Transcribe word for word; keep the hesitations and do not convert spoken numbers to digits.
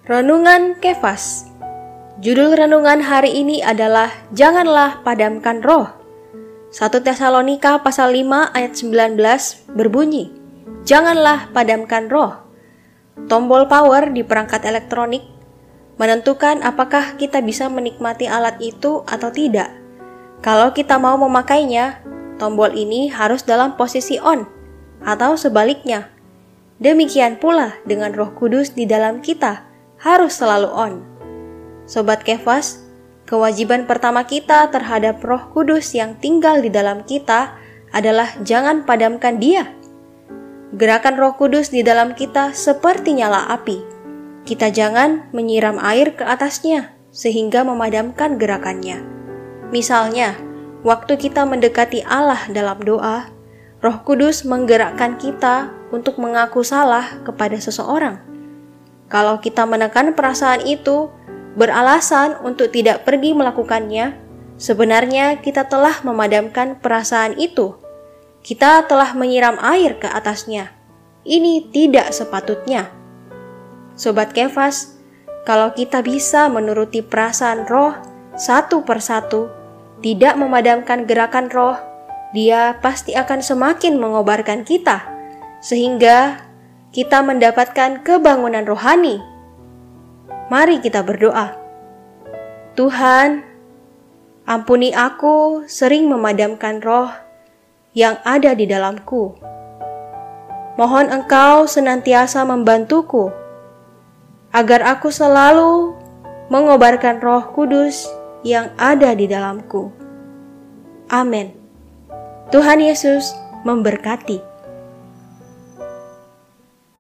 Renungan Kefas. Judul renungan hari ini adalah Janganlah Padamkan Roh. satu Tesalonika pasal lima ayat sembilan belas berbunyi, Janganlah padamkan roh. Tombol power di perangkat elektronik menentukan apakah kita bisa menikmati alat itu atau tidak. Kalau kita mau memakainya, tombol ini harus dalam posisi on atau sebaliknya. Demikian pula dengan Roh Kudus di dalam kita harus selalu on. Sobat Kefas, kewajiban pertama kita terhadap Roh Kudus yang tinggal di dalam kita adalah jangan padamkan Dia. Gerakan Roh Kudus di dalam kita seperti nyala api. Kita jangan menyiram air ke atasnya sehingga memadamkan gerakannya. Misalnya, waktu kita mendekati Allah dalam doa, Roh Kudus menggerakkan kita untuk mengaku salah kepada seseorang. Kalau kita menekan perasaan itu, beralasan untuk tidak pergi melakukannya, sebenarnya kita telah memadamkan perasaan itu. Kita telah menyiram air ke atasnya. Ini tidak sepatutnya. Sobat Kefas, kalau kita bisa menuruti perasaan roh satu persatu, tidak memadamkan gerakan roh, Dia pasti akan semakin mengobarkan kita, sehingga kita mendapatkan kebangunan rohani. Mari kita berdoa. Tuhan, ampuni aku sering memadamkan roh yang ada di dalamku. Mohon Engkau senantiasa membantuku, agar aku selalu mengobarkan Roh Kudus yang ada di dalamku. Amin. Tuhan Yesus memberkati.